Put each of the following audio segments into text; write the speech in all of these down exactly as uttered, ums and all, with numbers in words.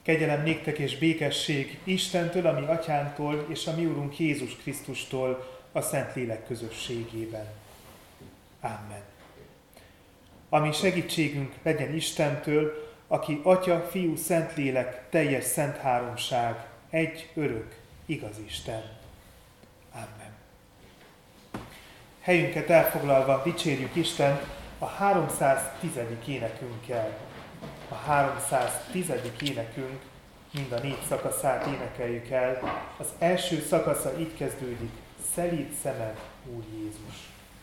Kegyelem néktek és békesség Istentől, a mi atyánktól, és a mi Urunk Jézus Krisztustól a Szentlélek közösségében. Amen. Ami segítségünk legyen Istentől, aki Atya, Fiú, Szentlélek, teljes szent háromság, egy örök, igaz Isten. Amen. Helyünket elfoglalva dicsérjük Istent a háromszáztízedik énekünkkel. A háromszáztízedik énekünk mind a négy szakaszát énekeljük el. Az első szakasza így kezdődik: Szelíd szemed, Úr Jézus.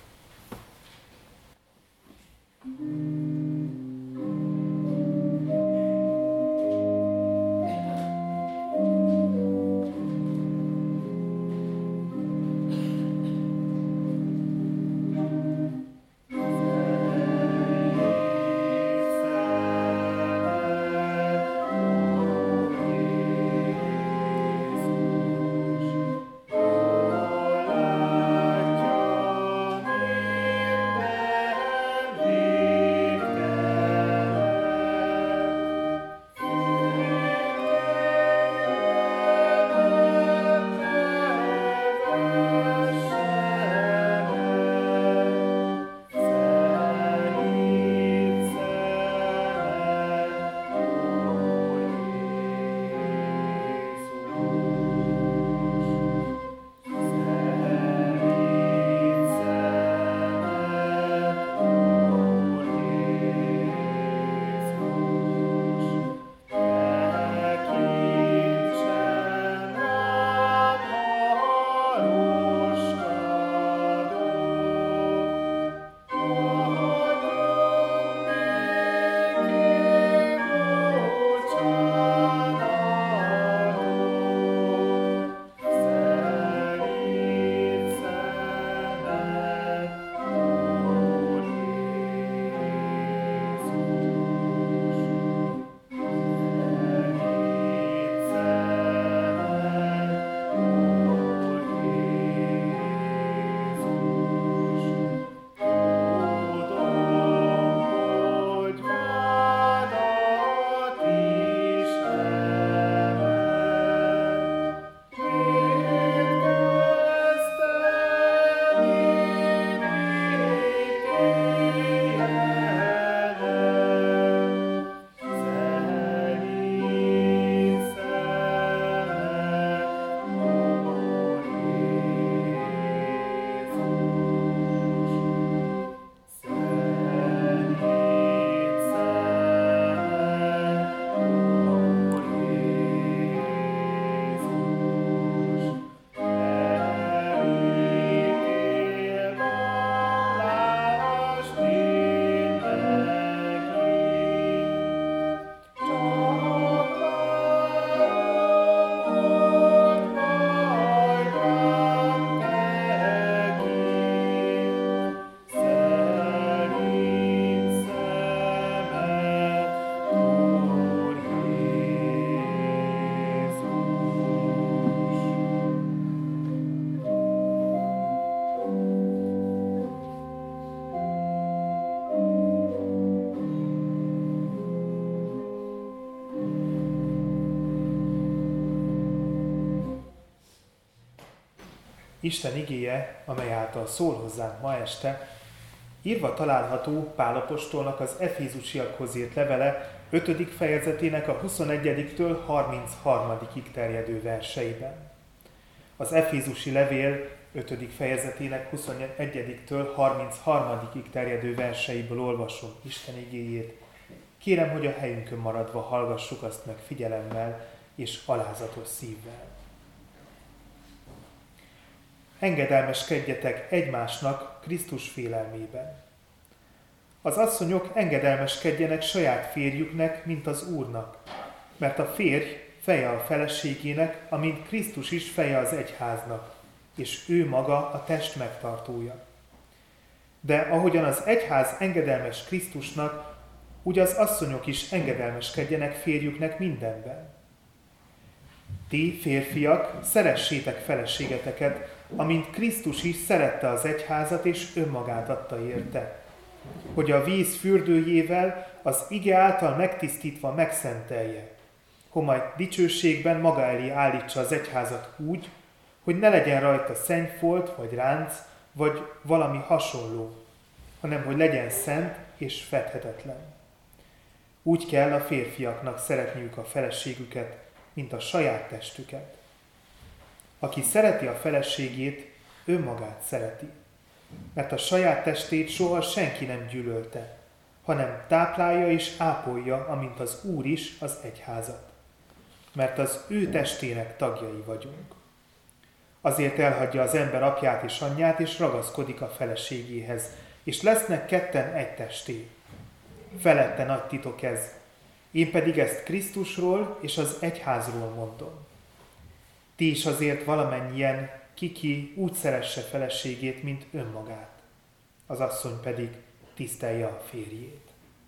Isten igéje, amely által szól hozzánk ma este, írva található Pál apostolnak az Efézusiakhoz írt levele ötödik fejezetének a huszonegyediktől harmincharmadikig terjedő verseiben. Az Efézusi levél ötödik fejezetének huszonegyediktől harmincharmadikig terjedő verseiből olvasom Isten igéjét. Kérem, hogy a helyünkön maradva hallgassuk azt meg figyelemmel és alázatos szívvel. Engedelmeskedjetek egymásnak Krisztus félelmében. Az asszonyok engedelmeskedjenek saját férjüknek, mint az Úrnak, mert a férj feje a feleségének, amint Krisztus is feje az egyháznak, és ő maga a test megtartója. De ahogyan az egyház engedelmes Krisztusnak, úgy az asszonyok is engedelmeskedjenek férjüknek mindenben. Ti, férfiak, szeressétek feleségeteket, amint Krisztus is szerette az egyházat, és önmagát adta érte, hogy a víz fürdőjével az ige által megtisztítva megszentelje, hogy majd dicsőségben maga elé állítsa az egyházat úgy, hogy ne legyen rajta szennyfolt vagy ránc, vagy valami hasonló, hanem hogy legyen szent és fedhetetlen. Úgy kell a férfiaknak szeretniük a feleségüket, mint a saját testüket. Aki szereti a feleségét, önmagát szereti, mert a saját testét soha senki nem gyűlölte, hanem táplálja és ápolja, amint az Úr is az egyházat. Mert az ő testének tagjai vagyunk. Azért elhagyja az ember apját és anyját, és ragaszkodik a feleségéhez, és lesznek ketten egy testé. Felette nagy titok ez, én pedig ezt Krisztusról és az egyházról mondom. Ti is azért valamennyien ki-ki úgy szeresse feleségét, mint önmagát. Az asszony pedig tisztelje a férjét.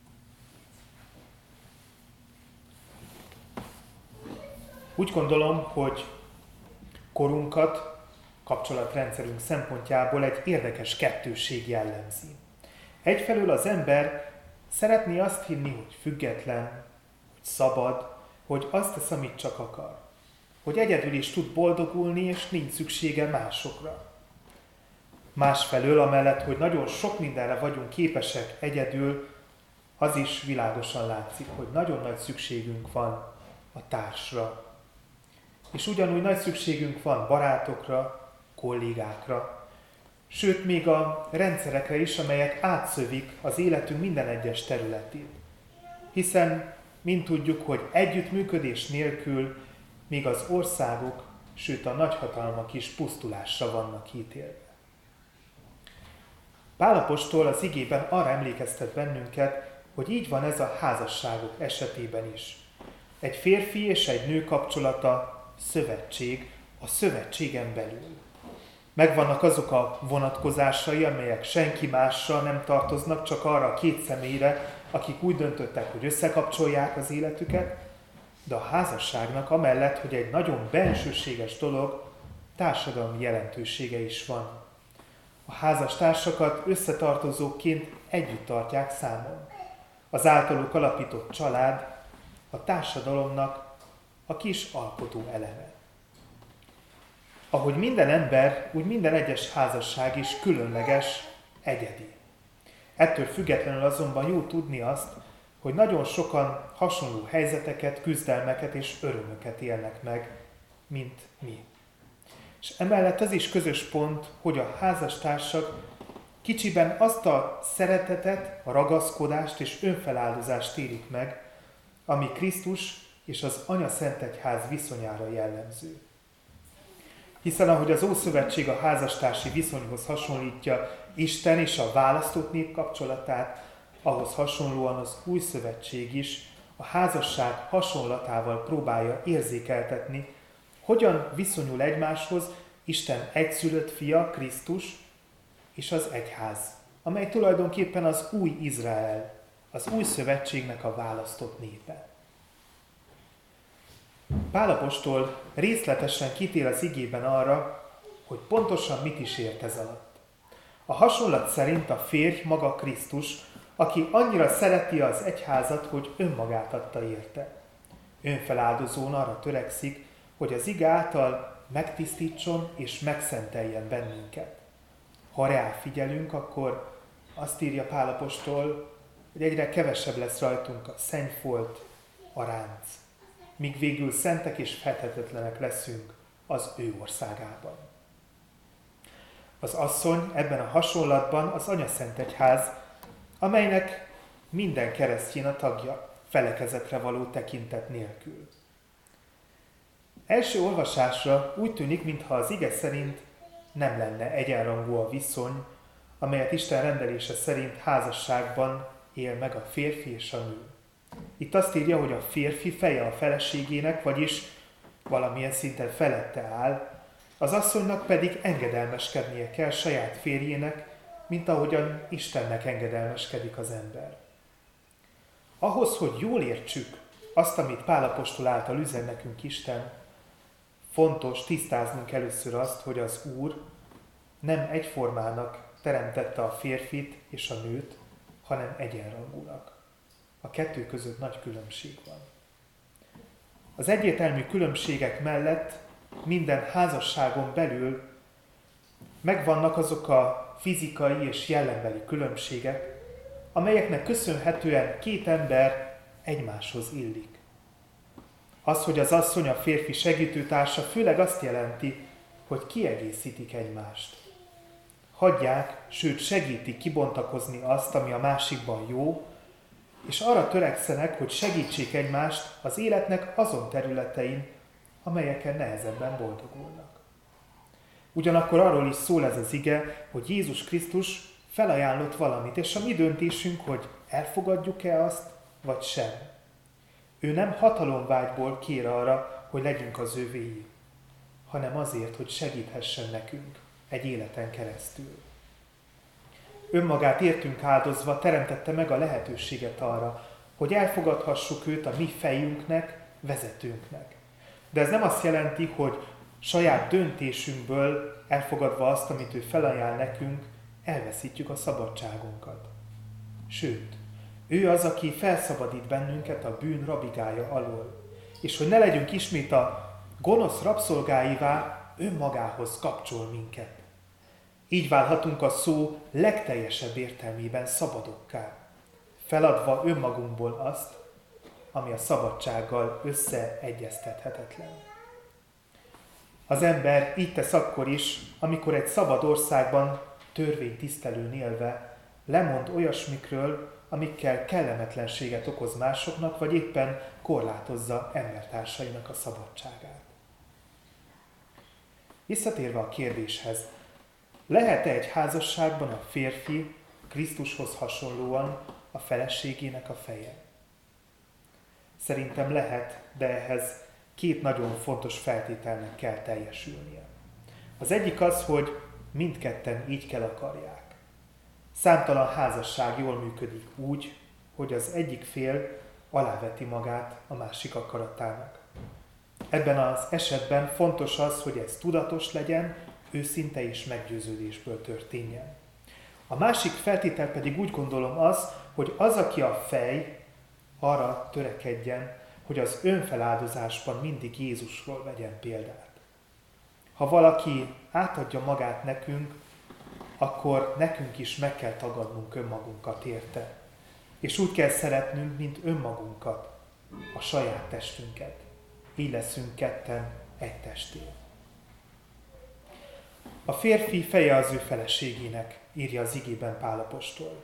Úgy gondolom, hogy korunkat, kapcsolatrendszerünk szempontjából egy érdekes kettősség jellemzi. Egyfelől az ember szeretné azt hinni, hogy független, hogy szabad, hogy azt tesz, amit csak akar. Hogy egyedül is tud boldogulni, és nincs szüksége másokra. Másfelől, amellett, hogy nagyon sok mindenre vagyunk képesek egyedül, az is világosan látszik, hogy nagyon nagy szükségünk van a társra. És ugyanúgy nagy szükségünk van barátokra, kollégákra, sőt még a rendszerekre is, amelyek átszövik az életünk minden egyes területét. Hiszen mind tudjuk, hogy együttműködés nélkül még az országok, sőt a nagyhatalmak is pusztulásra vannak ítélve. Pál apostol az igében arra emlékeztet bennünket, hogy így van ez a házasságok esetében is. Egy férfi és egy nő kapcsolata szövetség a szövetségen belül. Megvannak azok a vonatkozásai, amelyek senki másra nem tartoznak, csak arra a két személyre, akik úgy döntöttek, hogy összekapcsolják az életüket, de a házasságnak amellett, hogy egy nagyon bensőséges dolog, társadalmi jelentősége is van. A házastársakat összetartozóként együtt tartják számon. Az általuk alapított család a társadalomnak a kis alkotó eleme. Ahogy minden ember, úgy minden egyes házasság is különleges, egyedi. Ettől függetlenül azonban jó tudni azt, hogy nagyon sokan hasonló helyzeteket, küzdelmeket és örömöket élnek meg, mint mi. És emellett az is közös pont, hogy a házastársak kicsiben azt a szeretetet, a ragaszkodást és önfeláldozást élik meg, ami Krisztus és az Anya Szentegyház viszonyára jellemző. Hiszen ahogy az Ószövetség a házastársi viszonyhoz hasonlítja Isten és a választott nép kapcsolatát, ahhoz hasonlóan az Új Szövetség is a házasság hasonlatával próbálja érzékeltetni, hogyan viszonyul egymáshoz Isten egyszülött fia, Krisztus és az egyház, amely tulajdonképpen az új Izrael, az Új Szövetségnek a választott népe. Pál apostol részletesen kitér az igében arra, hogy pontosan mit is ért ez alatt. A hasonlat szerint a férj maga Krisztus, aki annyira szereti az egyházat, hogy önmagát adta érte. Önfeláldozón arra törekszik, hogy az ige által megtisztítson és megszenteljen bennünket. Ha rá figyelünk, akkor azt írja Pál apostol, hogy egyre kevesebb lesz rajtunk a szennyfolt, a ránc, míg végül szentek és fedhetetlenek leszünk az ő országában. Az asszony ebben a hasonlatban az Anya Szentegyház, amelynek minden keresztjén a tagja, felekezetre való tekintet nélkül. Első olvasásra úgy tűnik, mintha az ige szerint nem lenne egyenrangú a viszony, amelyet Isten rendelése szerint házasságban él meg a férfi és a nő. Itt azt írja, hogy a férfi feje a feleségének, vagyis valamilyen szinten felette áll, az asszonynak pedig engedelmeskednie kell saját férjének, mint ahogyan Istennek engedelmeskedik az ember. Ahhoz, hogy jól értsük azt, amit Pál apostol által üzen nekünk Isten, fontos tisztáznunk először azt, hogy az Úr nem egyformának teremtette a férfit és a nőt, hanem egyenrangúnak. A kettő között nagy különbség van. Az egyértelmű különbségek mellett minden házasságon belül megvannak azok a fizikai és jellembeli különbségek, amelyeknek köszönhetően két ember egymáshoz illik. Az, hogy az asszony a férfi segítőtársa, főleg azt jelenti, hogy kiegészítik egymást. Hagyják, sőt segítik kibontakozni azt, ami a másikban jó, és arra törekszenek, hogy segítsék egymást az életnek azon területein, amelyeken nehezebben boldogulnak. Ugyanakkor arról is szól ez az ige, hogy Jézus Krisztus felajánlott valamit, és a mi döntésünk, hogy elfogadjuk-e azt, vagy sem. Ő nem hatalomvágyból kér arra, hogy legyünk az övéi, hanem azért, hogy segíthessen nekünk egy életen keresztül. Önmagát értünk áldozva teremtette meg a lehetőséget arra, hogy elfogadhassuk őt a mi fejünknek, vezetőnknek. De ez nem azt jelenti, hogy saját döntésünkből elfogadva azt, amit ő felajánl nekünk, elveszítjük a szabadságunkat. Sőt, ő az, aki felszabadít bennünket a bűn rabigája alól, és hogy ne legyünk ismét a gonosz rabszolgáivá, önmagához kapcsol minket. Így válhatunk a szó legteljesebb értelmében szabadokká, feladva önmagunkból azt, ami a szabadsággal összeegyeztethetetlen. Az ember így tesz akkor is, amikor egy szabad országban törvénytisztelőn élve lemond olyasmikről, amikkel kellemetlenséget okoz másoknak, vagy éppen korlátozza embertársainak a szabadságát. Visszatérve a kérdéshez, lehet-e egy házasságban a férfi Krisztushoz hasonlóan a feleségének a feje? Szerintem lehet, de ehhez két nagyon fontos feltételnek kell teljesülnie. Az egyik az, hogy mindketten így kell akarják. Számtalan házasság jól működik úgy, hogy az egyik fél aláveti magát a másik akaratának. Ebben az esetben fontos az, hogy ez tudatos legyen, őszinte és meggyőződésből történjen. A másik feltétel pedig úgy gondolom az, hogy az, aki a fej, arra törekedjen, hogy az önfeláldozásban mindig Jézusról vegyen példát. Ha valaki átadja magát nekünk, akkor nekünk is meg kell tagadnunk önmagunkat érte. És úgy kell szeretnünk, mint önmagunkat, a saját testünket. Így leszünk ketten egy testé. A férfi feje az ő feleségének, írja az igében Pál apostol.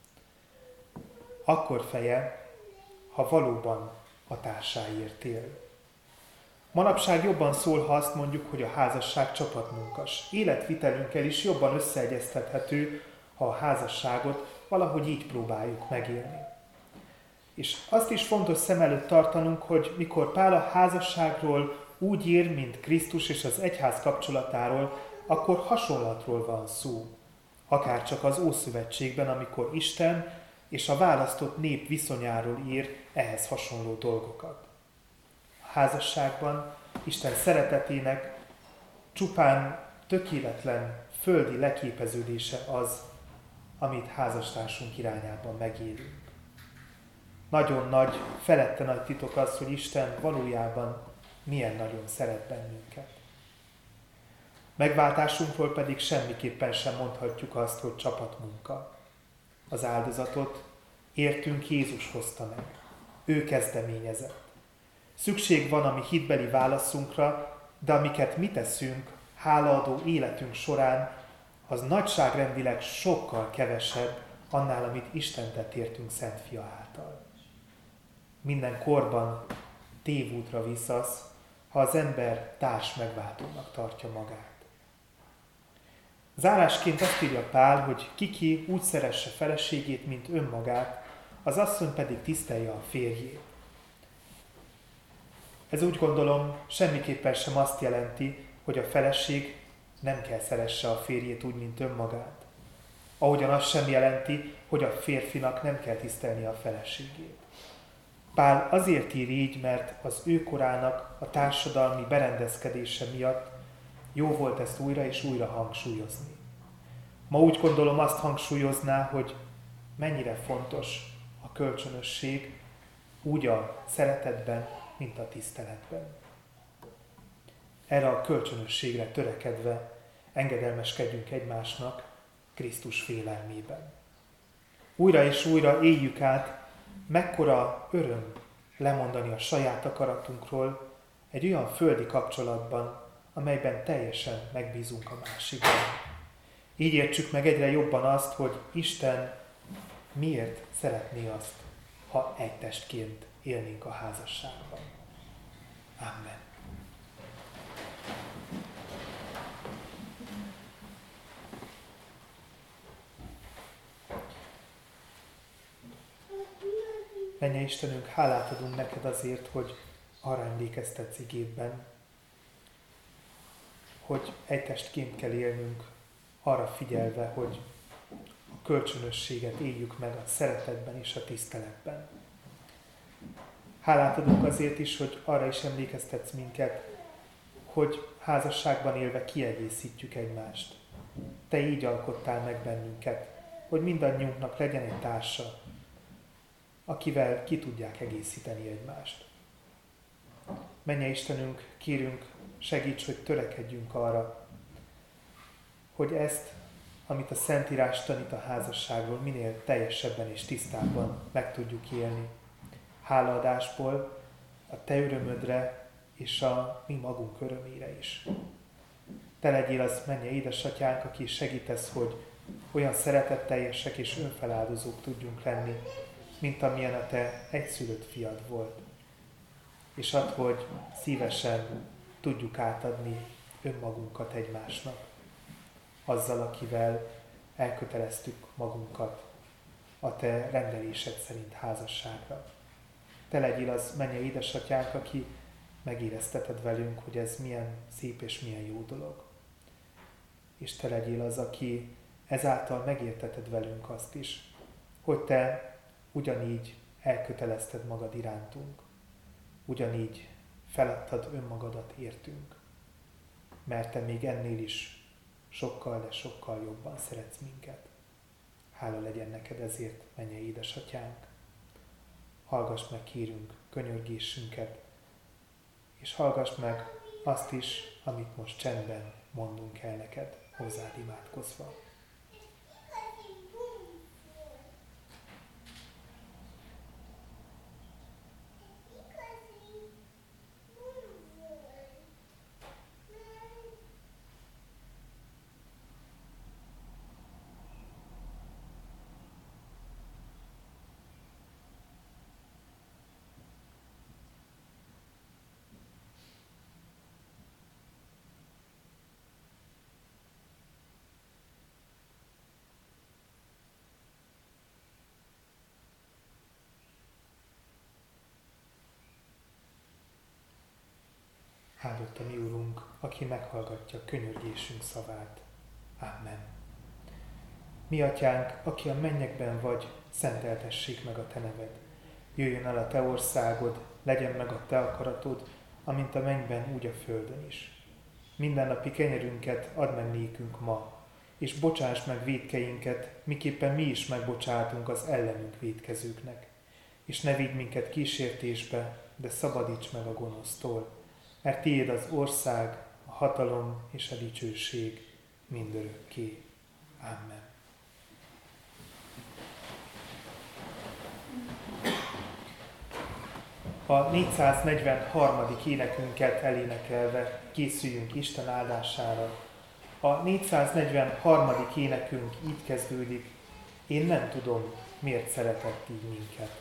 Akkor feje, ha valóban a társáért él. Manapság jobban szól, ha azt mondjuk, hogy a házasság csapatmunkas. Életvitelünkkel is jobban összeegyeztethető, ha a házasságot valahogy így próbáljuk megélni. És azt is fontos szem előtt tartanunk, hogy mikor Pál a házasságról úgy ír, mint Krisztus és az egyház kapcsolatáról, akkor hasonlatról van szó. Akárcsak az Ószövetségben, amikor Isten és a választott nép viszonyáról ír ehhez hasonló dolgokat. A házasságban Isten szeretetének csupán tökéletlen földi leképeződése az, amit házastársunk irányában megélünk. Nagyon nagy, felette nagy titok az, hogy Isten valójában milyen nagyon szeret bennünket. Megváltásunkról pedig semmiképpen sem mondhatjuk azt, hogy csapatmunka. Az áldozatot értünk Jézus hozta meg. Ő kezdeményezett. Szükség van a mi hitbeli válaszunkra, de amiket mi teszünk hálaadó életünk során, az nagyságrendileg sokkal kevesebb annál, amit Isten tett értünk Szent Fia által. Minden korban tévútra visszasz, ha az ember társ megváltónak tartja magát. Zárásként azt írja Pál, hogy kiki úgy szeresse feleségét, mint önmagát, az asszony pedig tisztelje a férjét. Ez úgy gondolom semmiképpen sem azt jelenti, hogy a feleség nem kell szeresse a férjét úgy, mint önmagát. Ahogyan az sem jelenti, hogy a férfinak nem kell tisztelni a feleségét. Pál azért ír így, mert az ő korának a társadalmi berendezkedése miatt jó volt ezt újra és újra hangsúlyozni. Ma úgy gondolom azt hangsúlyozná, hogy mennyire fontos a kölcsönösség úgy a szeretetben, mint a tiszteletben. Erre a kölcsönösségre törekedve engedelmeskedjünk egymásnak Krisztus félelmében. Újra és újra éljük át, mekkora öröm lemondani a saját akaratunkról egy olyan földi kapcsolatban, amelyben teljesen megbízunk a másikban. Így értsük meg egyre jobban azt, hogy Isten miért szeretné azt, ha egy testként élnénk a házasságban. Amen. Mennyei Istenünk, hálát adunk neked azért, hogy arra emlékeztetsz igédben, hogy egy testként kell élnünk, arra figyelve, hogy a kölcsönösséget éljük meg a szeretetben és a tiszteletben. Hálát adunk azért is, hogy arra is emlékeztetsz minket, hogy házasságban élve kiegészítjük egymást. Te így alkottál meg bennünket, hogy mindannyiunknak legyen egy társa, akivel ki tudják egészíteni egymást. Mennyei Istenünk, kérünk, segíts, hogy törekedjünk arra, hogy ezt, amit a Szentírás tanít a házasságról, minél teljesebben és tisztábban meg tudjuk élni. Hálaadásból a te örömödre és a mi magunk örömére is. Te legyél az mennyei édesatyánk, aki segítesz, hogy olyan szeretetteljesek és önfeláldozók tudjunk lenni, mint amilyen a te egyszülött fiad volt. És add, hogy szívesen tudjuk átadni önmagunkat egymásnak, azzal, akivel elköteleztük magunkat a te rendelésed szerint házasságra. Te legyél az mennyei édesatyánk, aki megérezteted velünk, hogy ez milyen szép és milyen jó dolog. És te legyél az, aki ezáltal megérteted velünk azt is, hogy te ugyanígy elkötelezted magad irántunk, ugyanígy feladtad önmagadat értünk, mert te még ennél is sokkal, de sokkal jobban szeretsz minket. Hála legyen neked ezért, mennyei édesatyánk. Hallgass meg, kérünk, könyörgésünket, és hallgass meg azt is, amit most csendben mondunk el neked, hozzád imádkozva. Áldott a mi Urunk, aki meghallgatja könyörgésünk szavát. Amen. Mi atyánk, aki a mennyekben vagy, szenteltessék meg a te neved. Jöjjön el a te országod, legyen meg a te akaratod, amint a mennyben, úgy a földön is. Mindennapi kenyerünket add meg nékünk ma, és bocsáss meg vétkeinket, miképpen mi is megbocsátunk az ellenünk vétkezőknek. És ne vigy minket kísértésbe, de szabadíts meg a gonosztól, mert tiéd az ország, a hatalom és a dicsőség mindörökké. Amen. A négyszáznegyvenharmadik énekünket elénekelve készüljünk Isten áldására. A négyszáznegyvenharmadik énekünk így kezdődik: én nem tudom, miért szeretett így minket.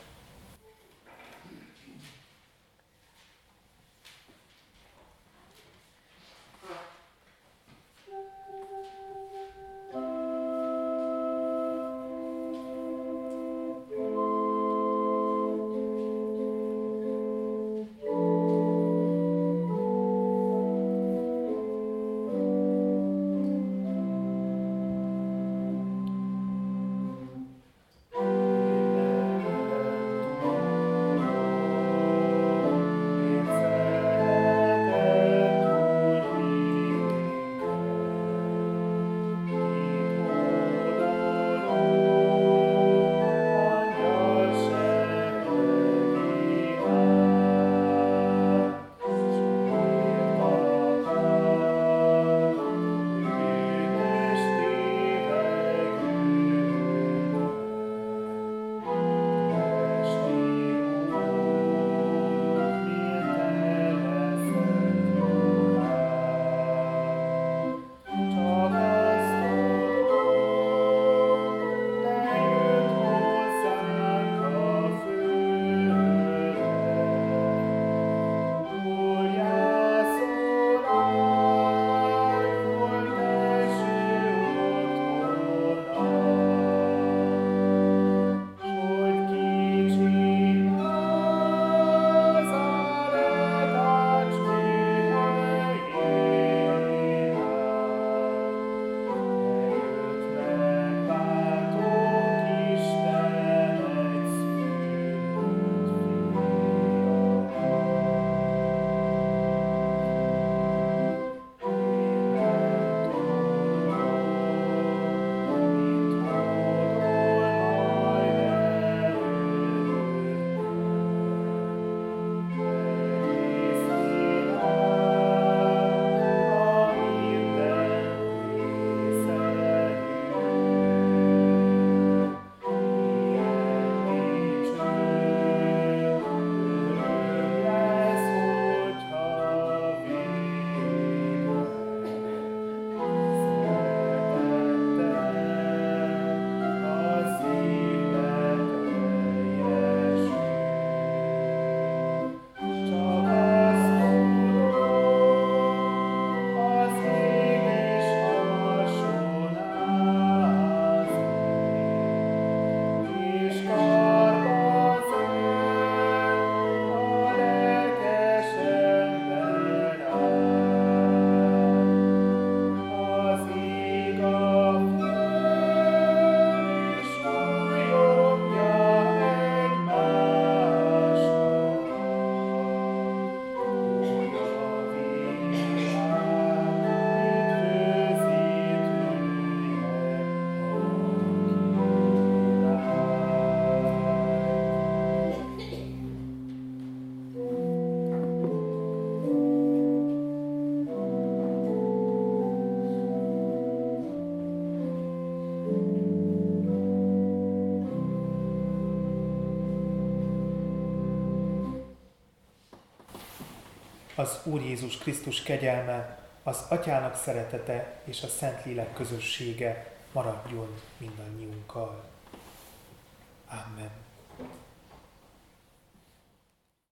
az Úr Jézus Krisztus kegyelme, az Atyának szeretete és a Szentlélek közössége maradjon mindannyiunkkal. Amen.